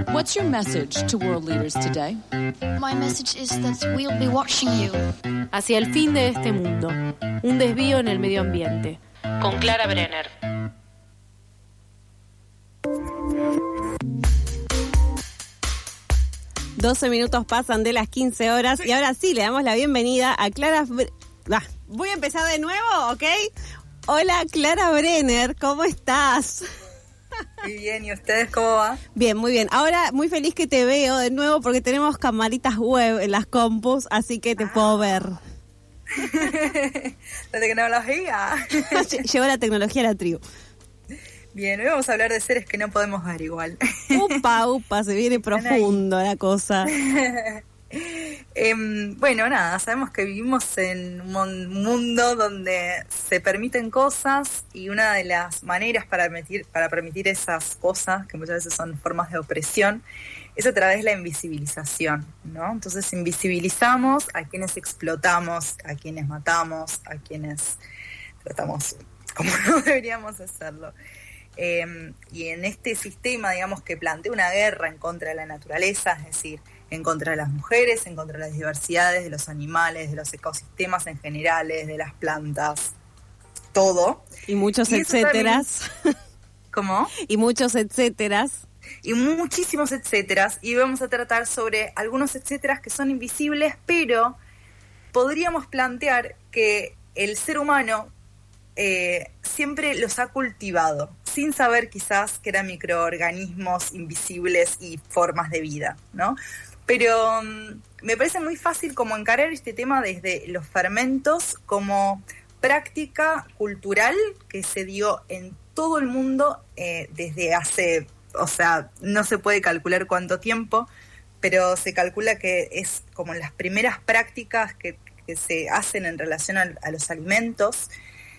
What's your message to world leaders today? My message is that we'll be watching you. Hacia el fin de este mundo. Un desvío en el medio ambiente. Con Clara Brenner. Doce minutos pasan de las 15 horas y ahora sí le damos la bienvenida a Clara. Voy a empezar de nuevo, ¿ok? Hola Clara Brenner, ¿cómo estás? Muy bien, ¿y ustedes cómo va? Bien, muy bien. Ahora muy feliz que te veo de nuevo porque tenemos camaritas web en las compus, así que te puedo ver. La tecnología. Llevo la tecnología a la tribu. Bien, hoy vamos a hablar de seres que no podemos ver igual. Upa, se viene profundo la cosa. Bueno, nada, sabemos que vivimos en un mundo donde se permiten cosas y una de las maneras para permitir esas cosas, que muchas veces son formas de opresión, es a través de la invisibilización, ¿no? Entonces invisibilizamos a quienes explotamos, a quienes matamos, a quienes tratamos como no deberíamos hacerlo. Y en este sistema, digamos, que plantea una guerra en contra de la naturaleza, es decir, en contra de las mujeres, en contra de las diversidades, de los animales, de los ecosistemas en generales, de las plantas, todo. Y muchos etcéteras. ¿Cómo? Y muchos etcéteras. Y muchísimos etcéteras. Y vamos a tratar sobre algunos etcéteras que son invisibles, pero podríamos plantear que el ser humano siempre los ha cultivado, sin saber quizás que eran microorganismos invisibles y formas de vida, ¿no? Pero me parece muy fácil como encarar este tema desde los fermentos como práctica cultural que se dio en todo el mundo desde hace, o sea, no se puede calcular cuánto tiempo, pero se calcula que es como las primeras prácticas que se hacen en relación a los alimentos,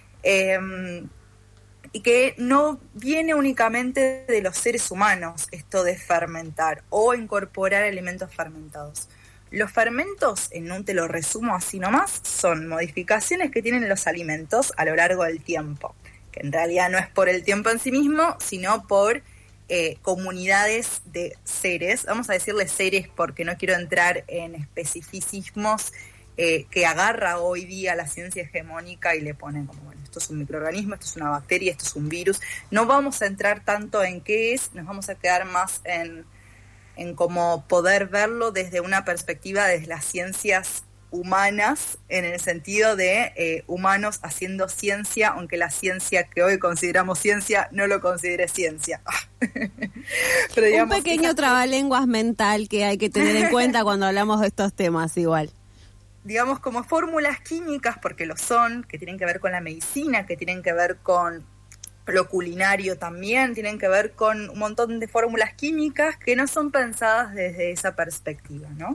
y que no viene únicamente de los seres humanos esto de fermentar o incorporar alimentos fermentados. Los fermentos, te lo resumo así nomás, son modificaciones que tienen los alimentos a lo largo del tiempo, que en realidad no es por el tiempo en sí mismo, sino por comunidades de seres. Vamos a decirle seres porque no quiero entrar en especificismos que agarra hoy día la ciencia hegemónica y le ponen como, bueno, esto es un microorganismo, esto es una bacteria, esto es un virus. No vamos a entrar tanto en qué es, nos vamos a quedar más en cómo poder verlo desde una perspectiva de las ciencias humanas, en el sentido de humanos haciendo ciencia, aunque la ciencia que hoy consideramos ciencia no lo considere ciencia. Pero, digamos, un pequeño trabalenguas mental que hay que tener en cuenta cuando hablamos de estos temas igual. Digamos, como fórmulas químicas, porque lo son, que tienen que ver con la medicina, que tienen que ver con lo culinario también, tienen que ver con un montón de fórmulas químicas que no son pensadas desde esa perspectiva, ¿no?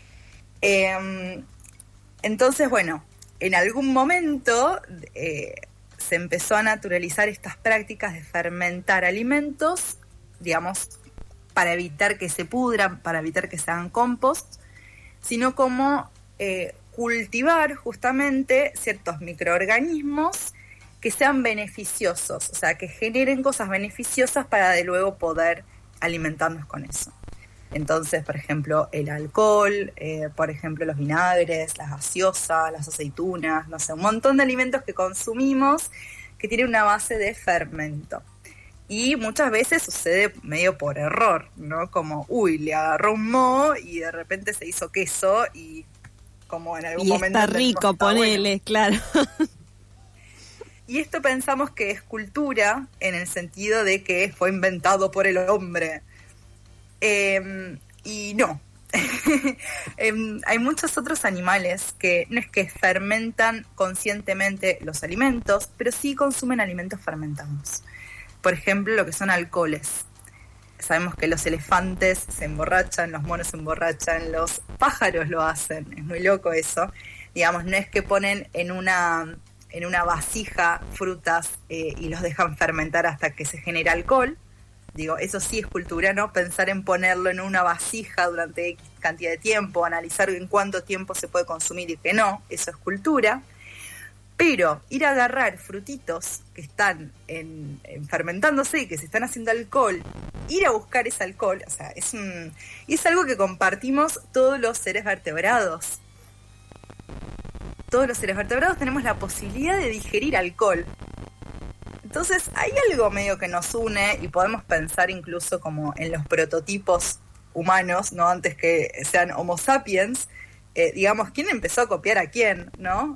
Entonces, bueno, en algún momento se empezó a naturalizar estas prácticas de fermentar alimentos, digamos, para evitar que se pudran, para evitar que se hagan compost, sino como cultivar justamente ciertos microorganismos que sean beneficiosos, o sea, que generen cosas beneficiosas para de luego poder alimentarnos con eso. Entonces, por ejemplo, el alcohol, por ejemplo, los vinagres, las gaseosas, las aceitunas, no sé, un montón de alimentos que consumimos que tienen una base de fermento. Y muchas veces sucede medio por error, ¿no? Como, le agarró un moho y de repente se hizo queso y como en algún momento... Y está rico, ponele, bueno. Claro. Y esto pensamos que es cultura en el sentido de que fue inventado por el hombre. Y no. Hay muchos otros animales que no es que fermentan conscientemente los alimentos, pero sí consumen alimentos fermentados. Por ejemplo, lo que son alcoholes. Sabemos que los elefantes se emborrachan, los monos se emborrachan, los pájaros lo hacen. Es muy loco eso. Digamos, no es que ponen en una vasija frutas y los dejan fermentar hasta que se genera alcohol. Digo, eso sí es cultura, ¿no? Pensar en ponerlo en una vasija durante X cantidad de tiempo, analizar en cuánto tiempo se puede consumir y que no, eso es cultura. Pero ir a agarrar frutitos que están fermentándose y que se están haciendo alcohol, ir a buscar ese alcohol, o sea, es algo que compartimos todos los seres vertebrados. Todos los seres vertebrados tenemos la posibilidad de digerir alcohol. Entonces hay algo medio que nos une y podemos pensar incluso como en los prototipos humanos, ¿no? Antes que sean Homo sapiens, digamos, ¿quién empezó a copiar a quién, no?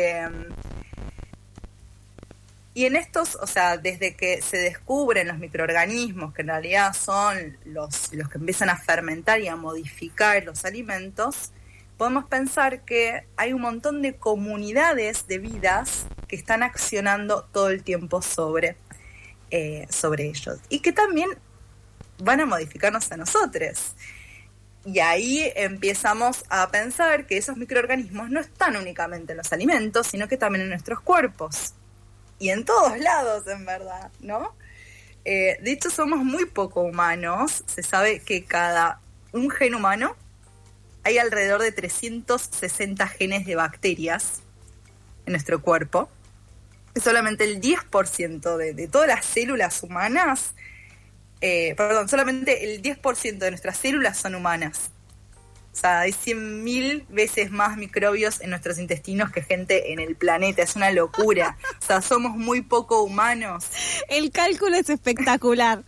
Y en estos, o sea, desde que se descubren los microorganismos, que en realidad son los que empiezan a fermentar y a modificar los alimentos, podemos pensar que hay un montón de comunidades de vidas que están accionando todo el tiempo sobre ellos. Y que también van a modificarnos a nosotros. Y ahí empezamos a pensar que esos microorganismos no están únicamente en los alimentos, sino que también en nuestros cuerpos. Y en todos lados, en verdad, ¿no? De hecho, somos muy poco humanos. Se sabe que cada un gen humano hay alrededor de 360 genes de bacterias en nuestro cuerpo. Solamente el 10% de todas las células humanas, solamente el 10% de nuestras células son humanas. O sea, hay 100.000 veces más microbios en nuestros intestinos que gente en el planeta. Es una locura. O sea, somos muy poco humanos. El cálculo es espectacular.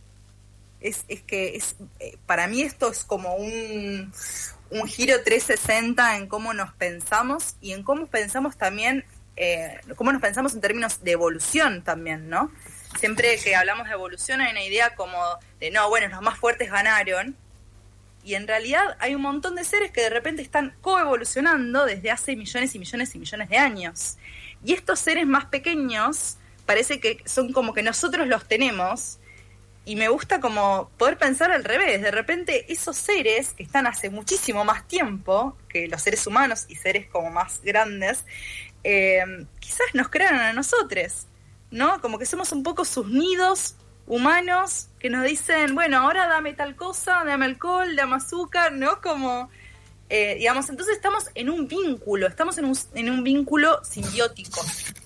Para mí esto es como un giro 360 en cómo nos pensamos y en cómo pensamos también, cómo nos pensamos en términos de evolución también, ¿no? Siempre que hablamos de evolución hay una idea como de, no, bueno, los más fuertes ganaron. Y en realidad hay un montón de seres que de repente están coevolucionando desde hace millones y millones y millones de años. Y estos seres más pequeños parece que son como que nosotros los tenemos. Y me gusta como poder pensar al revés. De repente esos seres que están hace muchísimo más tiempo que los seres humanos y seres como más grandes, quizás nos crearon a nosotros, ¿no? Como que somos un poco sus nidos humanos que nos dicen, bueno, ahora dame tal cosa, dame alcohol, dame azúcar, ¿no? Como, digamos, entonces estamos en un vínculo, estamos en un vínculo simbiótico.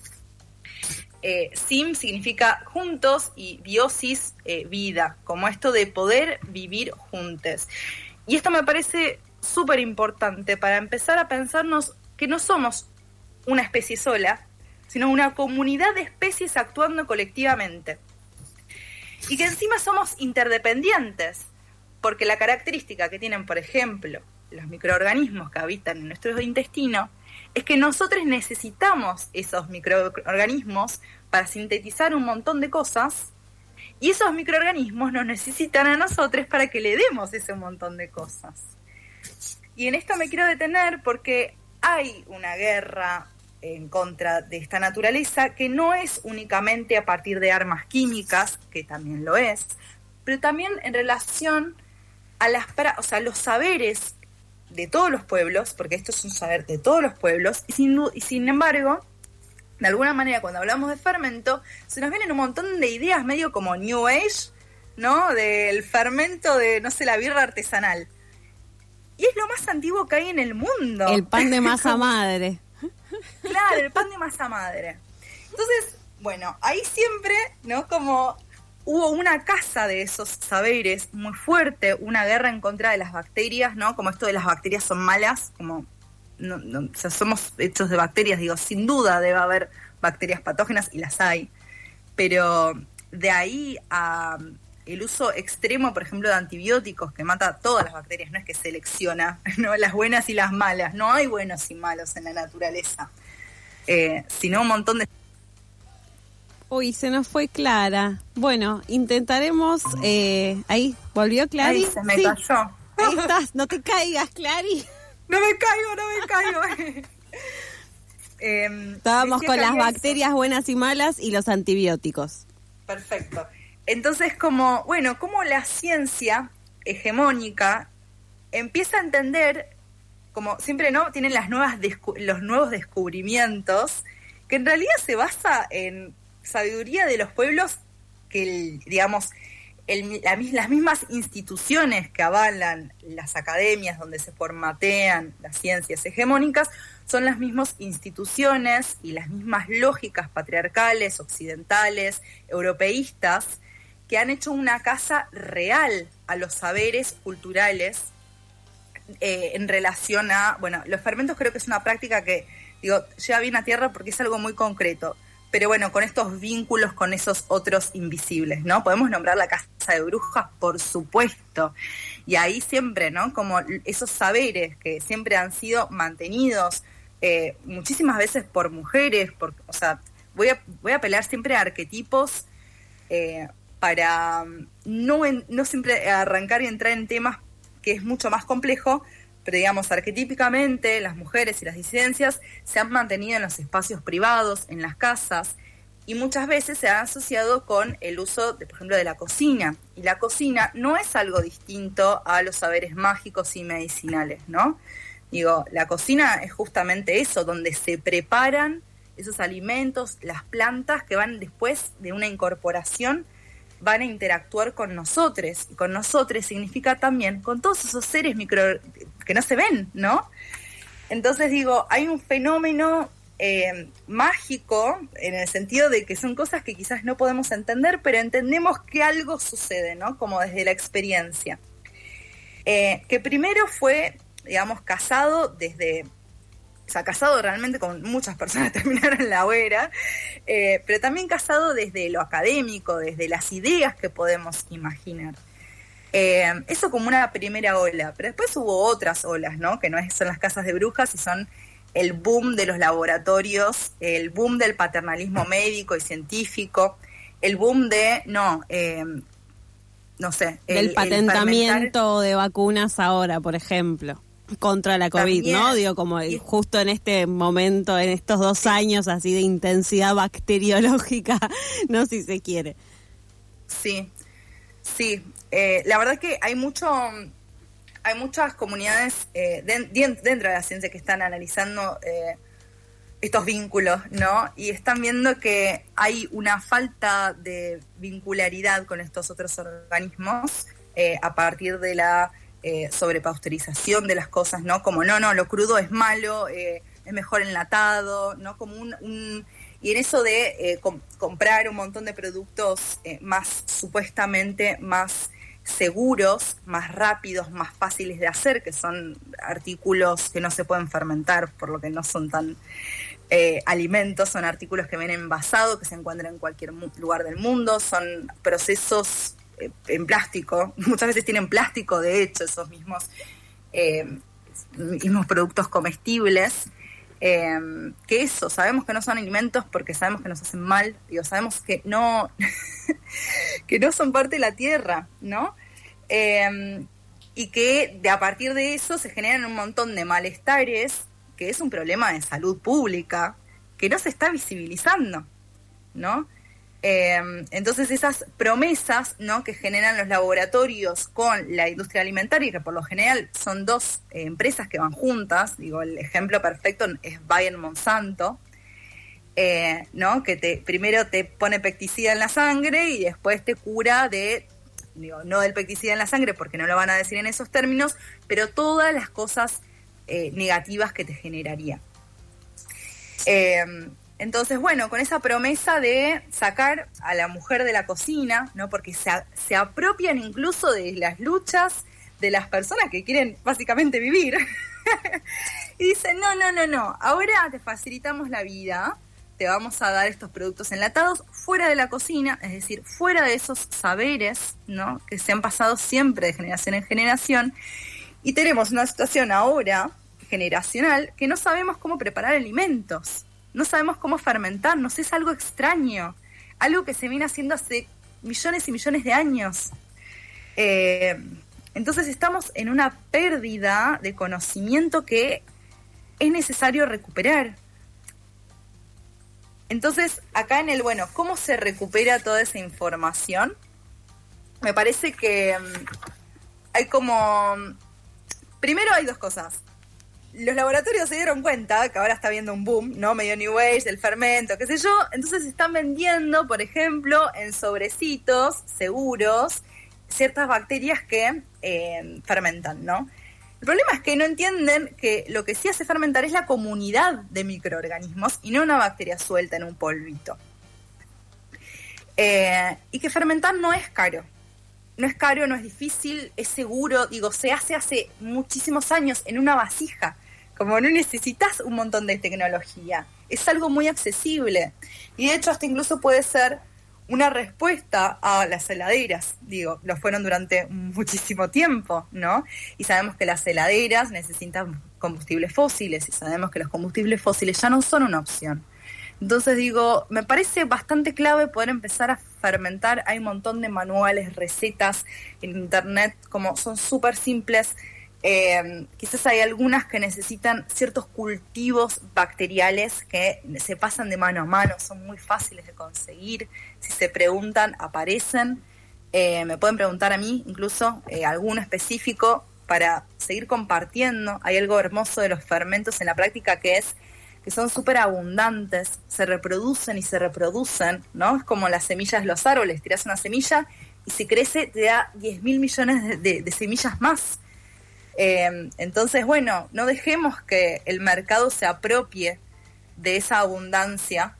Sim significa juntos y biosis, vida, como esto de poder vivir juntos. Y esto me parece súper importante para empezar a pensarnos que no somos una especie sola, sino una comunidad de especies actuando colectivamente. Y que encima somos interdependientes, porque la característica que tienen, por ejemplo, los microorganismos que habitan en nuestro intestino, es que nosotros necesitamos esos microorganismos para sintetizar un montón de cosas, y esos microorganismos nos necesitan a nosotros para que le demos ese montón de cosas. Y en esto me quiero detener porque hay una guerra en contra de esta naturaleza que no es únicamente a partir de armas químicas, que también lo es, pero también en relación a los saberes de todos los pueblos, porque esto es un saber de todos los pueblos, y sin embargo, de alguna manera cuando hablamos de fermento, se nos vienen un montón de ideas medio como New Age, ¿no? Del fermento de, no sé, la birra artesanal. Y es lo más antiguo que hay en el mundo. El pan de masa madre. Claro, el pan de masa madre. Entonces, bueno, ahí siempre, ¿no? Como hubo una caza de esos saberes muy fuerte, una guerra en contra de las bacterias, ¿no? Como esto de las bacterias son malas, como o sea, somos hechos de bacterias, digo, sin duda debe haber bacterias patógenas y las hay, pero de ahí a el uso extremo, por ejemplo, de antibióticos que mata a todas las bacterias, no es que selecciona, ¿no? Las buenas y las malas, no hay buenos y malos en la naturaleza, sino un montón de... Uy, se nos fue Clara. Bueno, intentaremos... ahí, ¿volvió Clary? Ahí se me cayó. Ahí estás, no te caigas, Clary. No me caigo. Estábamos con las bacterias buenas y malas y los antibióticos. Perfecto. Entonces, como la ciencia hegemónica empieza a entender, como siempre, ¿no? Tienen los nuevos descubrimientos, que en realidad se basa en sabiduría de los pueblos que, digamos, las mismas instituciones que avalan las academias donde se formatean las ciencias hegemónicas son las mismas instituciones y las mismas lógicas patriarcales, occidentales, europeístas, que han hecho una caza real a los saberes culturales en relación a, bueno, los fermentos creo que es una práctica que, digo, lleva bien a tierra porque es algo muy concreto. Pero bueno, con estos vínculos con esos otros invisibles, ¿no? Podemos nombrar la casa de brujas, por supuesto. Y ahí siempre, ¿no? Como esos saberes que siempre han sido mantenidos muchísimas veces por mujeres, o sea, voy a apelar siempre a arquetipos para no siempre arrancar y entrar en temas que es mucho más complejo, pero digamos, arquetípicamente las mujeres y las disidencias se han mantenido en los espacios privados, en las casas, y muchas veces se han asociado con el uso, por ejemplo, de la cocina. Y la cocina no es algo distinto a los saberes mágicos y medicinales, ¿no? Digo, la cocina es justamente eso, donde se preparan esos alimentos, las plantas que van después de una incorporación, van a interactuar con nosotros, y con nosotros significa también con todos esos seres micro que no se ven, ¿no? Entonces digo, hay un fenómeno mágico en el sentido de que son cosas que quizás no podemos entender, pero entendemos que algo sucede, ¿no? Como desde la experiencia. Que primero fue, digamos, casado realmente con muchas personas, terminaron en la hoguera, pero también casado desde lo académico, desde las ideas que podemos imaginar. Eso como una primera ola, pero después hubo otras olas, ¿no? Que no son las casas de brujas y son el boom de los laboratorios, el boom del paternalismo médico y científico, el boom de, del patentamiento de vacunas ahora, por ejemplo. Contra la COVID, también, ¿no? Digo, como justo en este momento, en estos 2 años así de intensidad bacteriológica, ¿no? Si se quiere. Sí. La verdad que hay muchas comunidades dentro de la ciencia que están analizando estos vínculos, ¿no? Y están viendo que hay una falta de vincularidad con estos otros organismos a partir de la sobrepasteurización de las cosas, ¿no? Como no, lo crudo es malo, es mejor enlatado, ¿no? Como y en eso de comprar un montón de productos más supuestamente más seguros, más rápidos, más fáciles de hacer, que son artículos que no se pueden fermentar, por lo que no son tan alimentos, son artículos que vienen envasados, que se encuentran en cualquier lugar del mundo, son procesos en plástico, muchas veces tienen plástico, de hecho, esos mismos productos comestibles, que sabemos que no son alimentos porque sabemos que nos hacen mal, sabemos que no que no son parte de la tierra, ¿no? Y que a partir de eso se generan un montón de malestares, que es un problema de salud pública, que no se está visibilizando, ¿no? Entonces esas promesas, ¿no?, que generan los laboratorios con la industria alimentaria, que por lo general son 2 empresas que van juntas, digo, el ejemplo perfecto es Bayer Monsanto, ¿no?, que primero te pone pesticida en la sangre y después te cura no del pesticida en la sangre porque no lo van a decir en esos términos, pero todas las cosas negativas que te generaría. Entonces, bueno, con esa promesa de sacar a la mujer de la cocina, ¿no? Porque se apropian incluso de las luchas de las personas que quieren básicamente vivir. Y dicen, no, ahora te facilitamos la vida, te vamos a dar estos productos enlatados fuera de la cocina, es decir, fuera de esos saberes, ¿no?, que se han pasado siempre de generación en generación. Y tenemos una situación ahora generacional que no sabemos cómo preparar alimentos. No sabemos cómo fermentarnos, es algo extraño, algo que se viene haciendo hace millones y millones de años. Entonces estamos en una pérdida de conocimiento que es necesario recuperar. Entonces, acá ¿cómo se recupera toda esa información? Me parece que hay primero hay 2 cosas. Los laboratorios se dieron cuenta que ahora está habiendo un boom, ¿no? Medio New Age, del fermento, qué sé yo. Entonces están vendiendo, por ejemplo, en sobrecitos seguros, ciertas bacterias que fermentan, ¿no? El problema es que no entienden que lo que sí hace fermentar es la comunidad de microorganismos y no una bacteria suelta en un polvito. Y que fermentar no es caro. No es caro, no es difícil, es seguro. Digo, se hace muchísimos años en una vasija. Como no necesitas un montón de tecnología. Es algo muy accesible. Y de hecho hasta incluso puede ser una respuesta a las heladeras. Digo, lo fueron durante muchísimo tiempo, ¿no? Y sabemos que las heladeras necesitan combustibles fósiles y sabemos que los combustibles fósiles ya no son una opción. Entonces digo, me parece bastante clave poder empezar a fermentar. Hay un montón de manuales, recetas en internet, como son súper simples. Quizás hay algunas que necesitan ciertos cultivos bacteriales que se pasan de mano a mano, son muy fáciles de conseguir. Si se preguntan, aparecen. Me pueden preguntar a mí, incluso alguno específico, para seguir compartiendo. Hay algo hermoso de los fermentos en la práctica que son súper abundantes, se reproducen y se reproducen, ¿no? Es como las semillas de los árboles, tirás una semilla y si crece te da 10.000 millones de semillas más. Entonces, bueno, no dejemos que el mercado se apropie de esa abundancia,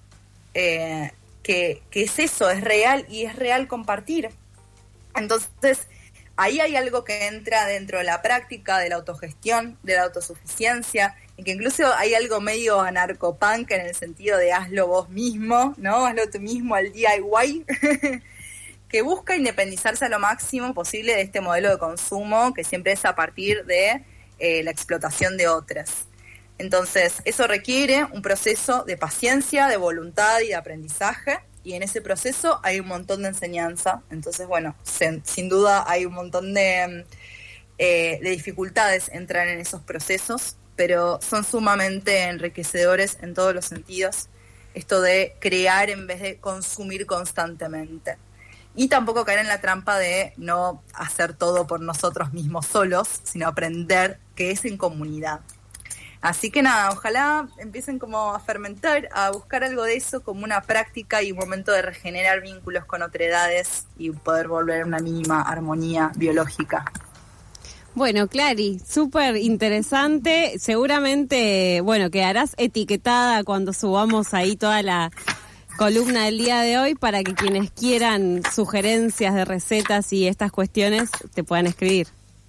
que es eso, es real y es real compartir. Entonces, ahí hay algo que entra dentro de la práctica de la autogestión, de la autosuficiencia, y que incluso hay algo medio anarcopunk en el sentido de hazlo vos mismo, ¿no? Hazlo tú mismo al DIY, que busca independizarse a lo máximo posible de este modelo de consumo que siempre es a partir de la explotación de otras. Entonces, eso requiere un proceso de paciencia, de voluntad y de aprendizaje, y en ese proceso hay un montón de enseñanza. Entonces, bueno, sin duda hay un montón de dificultades entrar en esos procesos, pero son sumamente enriquecedores en todos los sentidos, esto de crear en vez de consumir constantemente. Y tampoco caer en la trampa de no hacer todo por nosotros mismos solos, sino aprender que es en comunidad. Así que nada, ojalá empiecen como a fermentar, a buscar algo de eso como una práctica y un momento de regenerar vínculos con otredades y poder volver a una mínima armonía biológica. Bueno, Clary, súper interesante. Seguramente, bueno, quedarás etiquetada cuando subamos ahí toda la columna del día de hoy para que quienes quieran sugerencias de recetas y estas cuestiones te puedan escribir.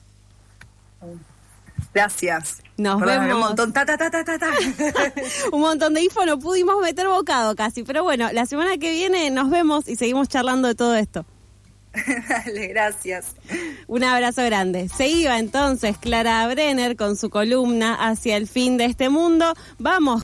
Gracias. Nos vemos. Un montón, Un montón de info, no pudimos meter bocado casi, pero bueno, la semana que viene nos vemos y seguimos charlando de todo esto. Dale, gracias. Un abrazo grande. Se iba entonces Clara Brenner con su columna Hacia el fin de este mundo. Vamos